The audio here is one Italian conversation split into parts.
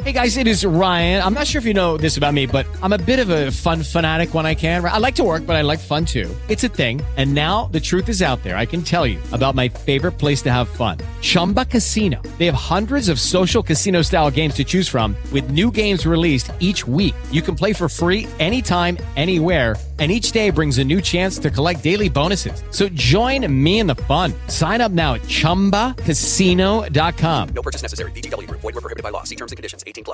Hey guys, it is Ryan. I'm not sure if you know this about me, but I'm a bit of a fun fanatic when I can. I like to work, but I like fun too. It's a thing. And now the truth is out there. I can tell you about my favorite place to have fun. Chumba Casino. They have hundreds of social casino style games to choose from with new games released each week. You can play for free anytime, anywhere. And each day brings a new chance to collect daily bonuses. So join me in the fun. Sign up now at ChumbaCasino.com. No purchase necessary. VGW Group. Void where prohibited by law. See terms and conditions. 18+.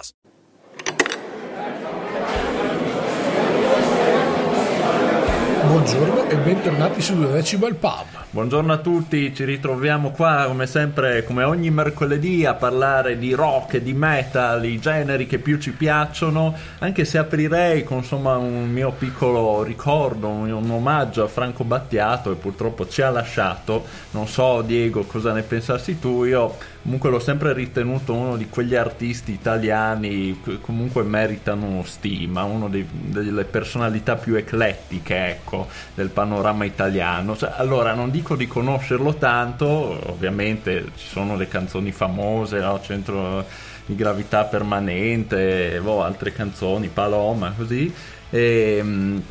Buongiorno e bentornati su 2 Decibel Pub. Buongiorno a tutti, ci ritroviamo qua come sempre, come ogni mercoledì, a parlare di rock e di metal, i generi che più ci piacciono, anche se aprirei con insomma un mio piccolo ricordo, un omaggio a Franco Battiato, che purtroppo ci ha lasciato. Non so, Diego, cosa ne pensassi tu. Io comunque l'ho sempre ritenuto uno di quegli artisti italiani che comunque meritano stima, uno delle personalità più eclettiche, ecco, del panorama italiano. Cioè, allora, non dico di conoscerlo tanto, ovviamente ci sono le canzoni famose, no? Centro di gravità permanente, altre canzoni, Paloma, così, che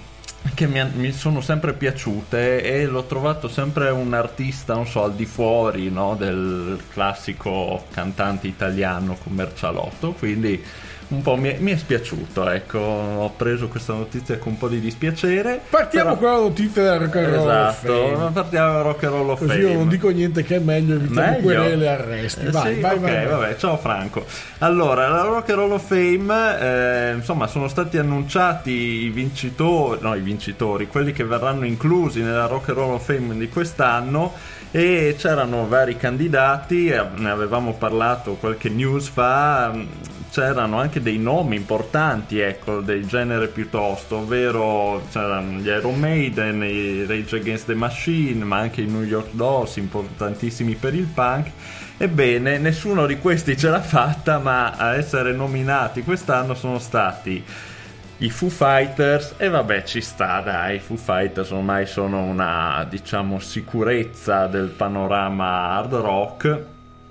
mi sono sempre piaciute, e l'ho trovato sempre un artista, non so, al di fuori, no, del classico cantante italiano commercialotto, quindi un po' mi è spiaciuto, ecco. Ho preso questa notizia con un po' di dispiacere. Partiamo con la notizia del Rock and Roll of Fame. Esatto, partiamo dal Rock and Roll of Fame. Così io non dico niente, che è meglio evitare querele e arresti. Vai. Vabbè, ciao Franco. Allora, la Rock and Roll of Fame, insomma, sono stati annunciati i vincitori, quelli che verranno inclusi nella Rock and Roll of Fame di quest'anno, e c'erano vari candidati, ne avevamo parlato qualche news fa. C'erano anche dei nomi importanti, ecco, del genere piuttosto, ovvero c'erano gli Iron Maiden, i Rage Against the Machine, ma anche i New York Dolls, importantissimi per il punk. Ebbene, nessuno di questi ce l'ha fatta, ma a essere nominati quest'anno sono stati i Foo Fighters, e vabbè, ci sta, dai. I Foo Fighters ormai sono una, diciamo, sicurezza del panorama hard rock.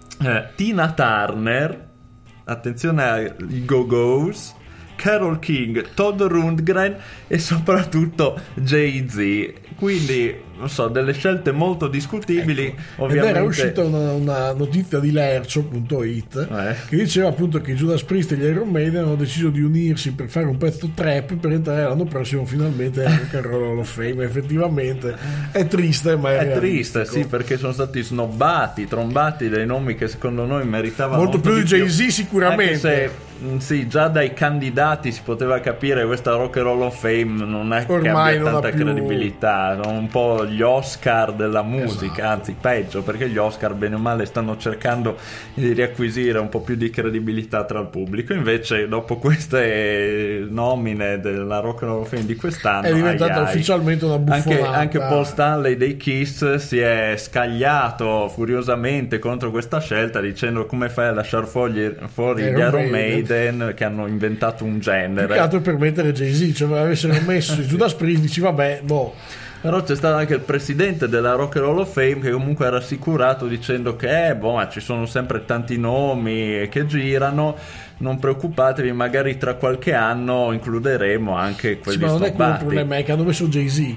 Tina Turner, attenzione ai Go-Go's, Carole King, Todd Rundgren e soprattutto Jay-Z. Quindi, non so, delle scelte molto discutibili, ecco. Ovviamente. Ed era uscita una notizia di Lercio.it che diceva appunto che Judas Priest e gli Iron Maiden hanno deciso di unirsi per fare un pezzo trap per entrare l'anno prossimo finalmente al Rock and Roll Hall of Fame. Effettivamente è triste, ma è triste, sì, perché sono stati snobbati, trombati dei nomi che secondo noi meritavano molto più di Jay-Z sicuramente. Anche se sì, già dai candidati si poteva capire che questa Rock and Roll of Fame non è ormai che abbia tanta credibilità, sono un po' gli Oscar della musica, esatto. Anzi peggio, perché gli Oscar bene o male stanno cercando di riacquisire un po' più di credibilità tra il pubblico. Invece dopo queste nomine della Rock and Roll of Fame di quest'anno è diventata ufficialmente una buffonata. Anche Paul Stanley dei Kiss si è scagliato furiosamente contro questa scelta, dicendo: come fai a lasciar fuori gli Iron Maiden che hanno inventato un genere. Peccato per mettere Jay-Z, cioè avessero messo Judas Priest, dici vabbè, boh. Però c'è stato anche il presidente della Rock and Roll of Fame che comunque era rassicurato, dicendo che ci sono sempre tanti nomi che girano, non preoccupatevi, magari tra qualche anno includeremo anche quelli ma non stoppati. è quello il problema, è che hanno messo Jay-Z.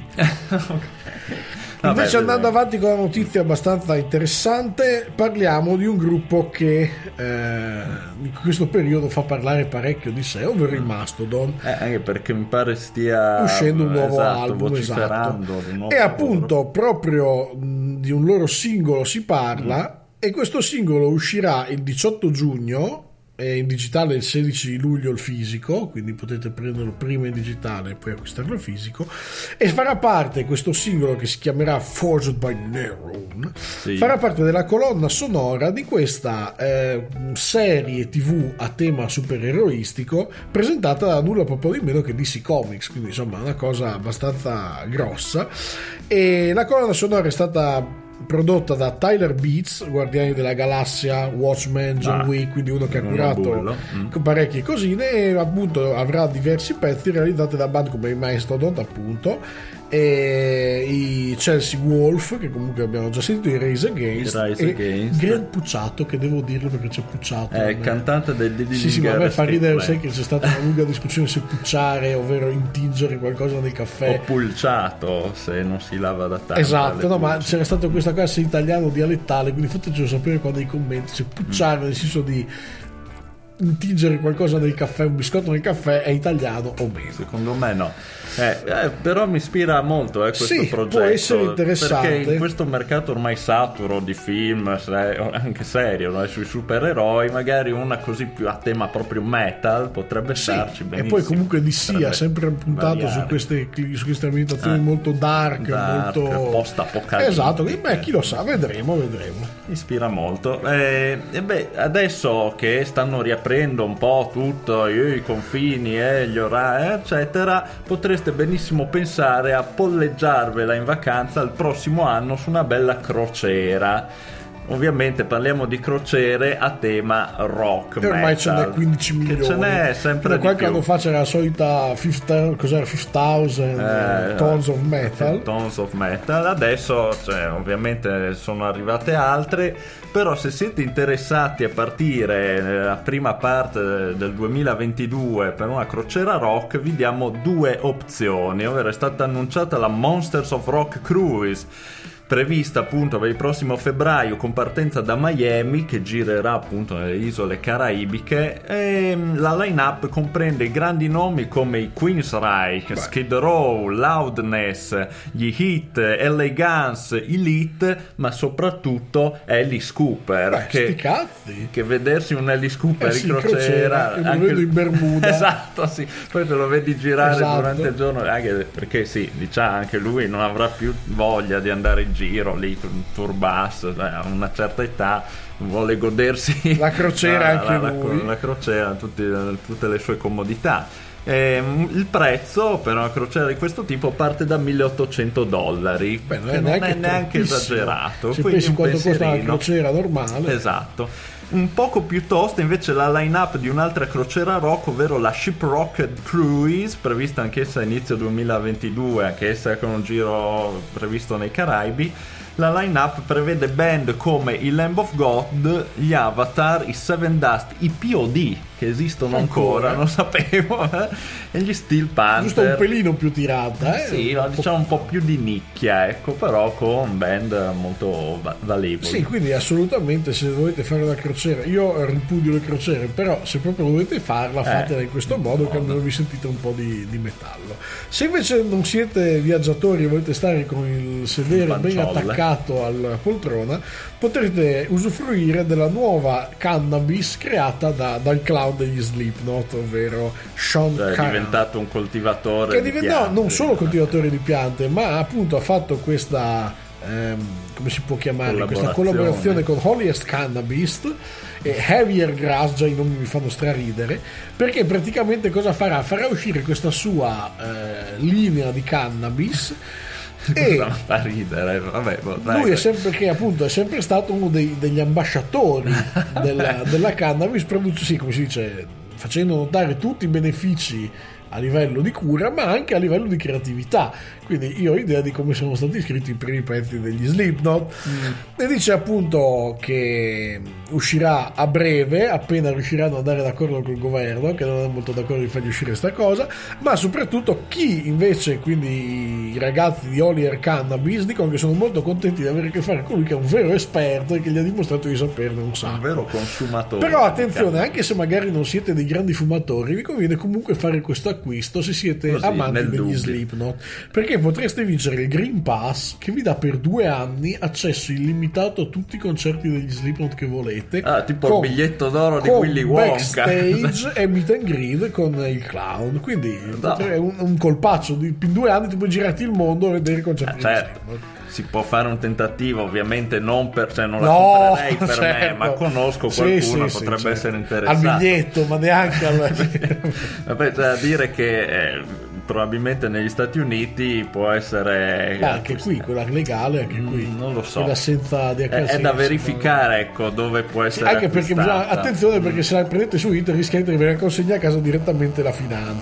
Invece, andando avanti con una notizia abbastanza interessante, parliamo di un gruppo che in questo periodo fa parlare parecchio di sé, ovvero i Mastodon. Anche perché mi pare stia uscendo un nuovo album, esatto. E appunto proprio di un loro singolo si parla, e questo singolo uscirà il 18 giugno, e in digitale il 16 luglio il fisico, quindi potete prenderlo prima in digitale e poi acquistarlo fisico, e farà parte, questo singolo che si chiamerà Forged by Neron, farà parte della colonna sonora di questa serie TV a tema supereroistico presentata da nulla proprio di meno che DC Comics, quindi insomma una cosa abbastanza grossa. E la colonna sonora è stata prodotta da Tyler Beats, Guardiani della Galassia, Watchmen, John Wick, quindi uno che ha curato parecchie cosine, e appunto avrà diversi pezzi realizzati da band come i Mastodon, appunto, e i Chelsea Wolf, che comunque abbiamo già sentito, i Rise Against, Grant Pucciato, che devo dirlo perché c'è Pucciato, è cantante del sì, ma a me fa ridere, sai che c'è stata una lunga discussione se pucciare, ovvero intingere qualcosa nel caffè, o pulciato se non si lava da tanto. Esatto, no, ma c'era stata questa cosa in italiano dialettale, quindi fatecelo sapere qua nei commenti se pucciare nel senso di intingere qualcosa nel caffè, un biscotto nel caffè, è italiano o meno. Secondo me no. Però mi ispira molto questo progetto, può essere interessante, perché in questo mercato ormai saturo di film anche serio, sui supereroi, magari una così più a tema proprio metal potrebbe starci benissimo. E poi comunque DC ha sempre puntato su queste ambientazioni molto dark, molto post-apocalittiche. Esatto, chi lo sa, vedremo. Mi ispira molto. Adesso che stanno riaprendo un po' tutto, i confini, gli orari, eccetera, potreste benissimo pensare a polleggiarvela in vacanza il prossimo anno su una bella crociera. Ovviamente parliamo di crociere a tema rock metal. Ormai ce n'è 15 milioni. Ce n'è sempre di più. Qualche anno fa c'era la solita 5000 Tons of Metal. Tons of Metal. Adesso ovviamente sono arrivate altre. Però se siete interessati a partire nella prima parte del 2022 per una crociera rock, vi diamo due opzioni, ovvero è stata annunciata la Monsters of Rock Cruise, prevista appunto per il prossimo febbraio con partenza da Miami, che girerà appunto nelle isole caraibiche, e la line-up comprende grandi nomi come i Queensryche, Skid Row, Loudness, gli Heat, LA Guns, Elite, ma soprattutto Alice Cooper. Che vedersi un Alice Cooper in crociera, lo vedo in Bermuda. Esatto, sì. Poi te lo vedi girare durante il giorno, anche perché diciamo anche lui non avrà più voglia di andare in giro lì con un tour bus, a una certa età vuole godersi la crociera, la crociera, tutte le sue comodità. Il prezzo per una crociera di questo tipo parte da $1.800. Beh, non è neanche esagerato, se pensi quanto costa una crociera normale. Esatto. Un poco più tosta invece la line-up di un'altra crociera rock, ovvero la Shiprocked Cruise, prevista anch'essa a inizio 2022, anch'essa con un giro previsto nei Caraibi. La line-up prevede band come i Lamb of God, gli Avatar, i Seven Dust, i POD, che esistono ancora, non sapevo, e gli Steel Panther. Giusto un pelino più tirata, Sì, diciamo un po' più di nicchia, ecco, però con band molto valevoli. Sì, quindi assolutamente, se volete fare una crociera, io ripudio le crociere, però se proprio volete farla, fatela in questo modo, che almeno vi sentite un po' di metallo. Se invece non siete viaggiatori e volete stare con il sedere ben attaccato alla poltrona, potrete usufruire della nuova cannabis creata dal clown degli Slipknot, ovvero Sean Carr, è diventato un coltivatore di piante. Non solo coltivatore di piante, ma appunto ha fatto questa come si può chiamare, questa collaborazione con Holiest Cannabis e Heavier Grass. Già i nomi mi fanno straridere, perché praticamente cosa farà? Farà uscire questa sua linea di cannabis. E fa ridere, vabbè, lui è sempre stato uno degli ambasciatori della cannabis, come si dice, facendo notare tutti i benefici a livello di cura, ma anche a livello di creatività. Quindi io ho idea di come sono stati scritti i primi pezzi degli Slipknot. E dice appunto che uscirà a breve, appena riusciranno ad andare d'accordo col governo, che non è molto d'accordo di fargli uscire sta cosa, ma soprattutto chi invece, quindi i ragazzi di Holier Cannabis, dicono che sono molto contenti di avere a che fare con lui, che è un vero esperto e che gli ha dimostrato di saperne un sacco. Un vero consumatore. Però attenzione, anche se magari non siete dei grandi fumatori, vi conviene comunque fare questo acquisto se siete amanti degli Slipknot, perché potreste vincere il Green Pass, che vi dà per 2 anni accesso illimitato a tutti i concerti degli Slipknot che volete, tipo il biglietto d'oro di Willy Wonka, backstage e meet and greet con il clown. Quindi è un colpaccio in 2 anni ti puoi girarti il mondo a vedere i concerti degli Slipknot. Si può fare un tentativo, ovviamente non la comprerei per me, ma conosco qualcuno, potrebbe essere interessato. Al biglietto, ma neanche Vabbè, c'è da dire che probabilmente negli Stati Uniti può essere anche qui quella legale, anche qui non lo so, quella senza è da verificare, ecco, dove può essere anche perché attenzione, perché se la prendete su internet rischiate di venire a consegnare a casa direttamente la finanza.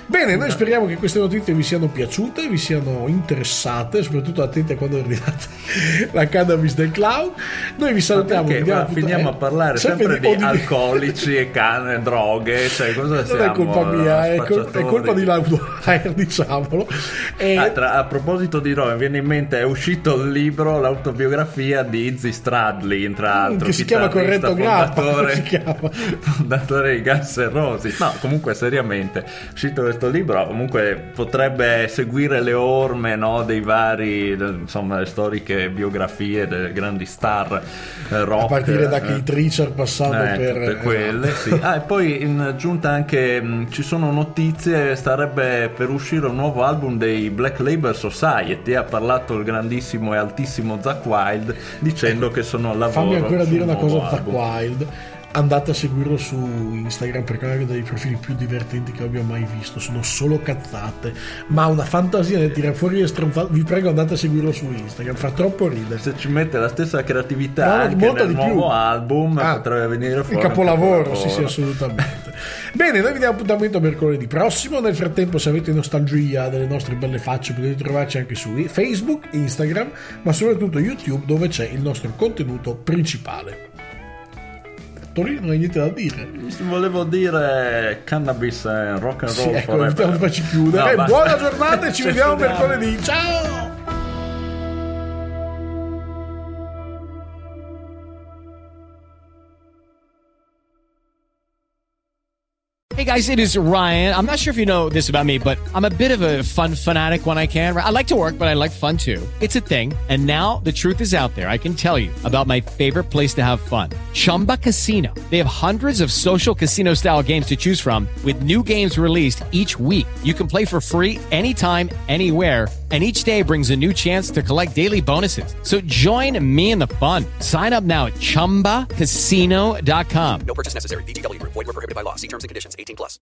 Bene, noi speriamo che queste notizie vi siano piaciute, vi siano interessate, soprattutto attenti a quando ordinate la cannabis del clown. Noi vi salutiamo. Finiamo a parlare sempre di alcolici e canne, droghe, cioè cosa non è colpa mia, è colpa di Loudwire, diciamolo. A proposito di droghe, mi viene in mente, è uscito il libro, l'autobiografia di Izzy Stradlin, tra l'altro, che si chiama Corretto Grappa, fondatore di Guns N' Roses. No, comunque seriamente, è uscito questo libro, comunque potrebbe seguire le orme, no, dei vari, insomma, le storiche biografie delle grandi star rock, a partire da Keith Richards passando per quelle, sì. E poi in aggiunta anche ci sono notizie, starebbe per uscire un nuovo album dei Black Label Society. Ha parlato il grandissimo e altissimo Zakk Wylde dicendo che sono al lavoro. Fammi ancora dire una cosa a Zakk Wylde: andate a seguirlo su Instagram perché è uno dei profili più divertenti che abbia mai visto. Sono solo cazzate, ma una fantasia nel tirare fuori le stronzate. Vi prego, andate a seguirlo su Instagram, fa troppo ridere. Se ci mette la stessa creatività anche nel nuovo album, potrebbe venire fuori il capolavoro. Sì, assolutamente. Bene, noi vi diamo appuntamento mercoledì prossimo. Nel frattempo, se avete nostalgia delle nostre belle facce, potete trovarci anche su Facebook, Instagram, ma soprattutto YouTube, dove c'è il nostro contenuto principale. Non hai niente da dire. Volevo dire cannabis e rock and roll. Sì, ecco, facci chiudere. No, buona giornata e ci vediamo mercoledì. Ciao. Hey guys, it is Ryan. I'm not sure if you know this about me, but I'm a bit of a fun fanatic when I can. I like to work, but I like fun too. It's a thing. And now the truth is out there. I can tell you about my favorite place to have fun. Chumba Casino. They have hundreds of social casino style games to choose from with new games released each week. You can play for free anytime, anywhere. And each day brings a new chance to collect daily bonuses. So join me in the fun. Sign up now at ChumbaCasino.com. No purchase necessary. VGW Group. Void where prohibited by law. See terms and conditions. 18+.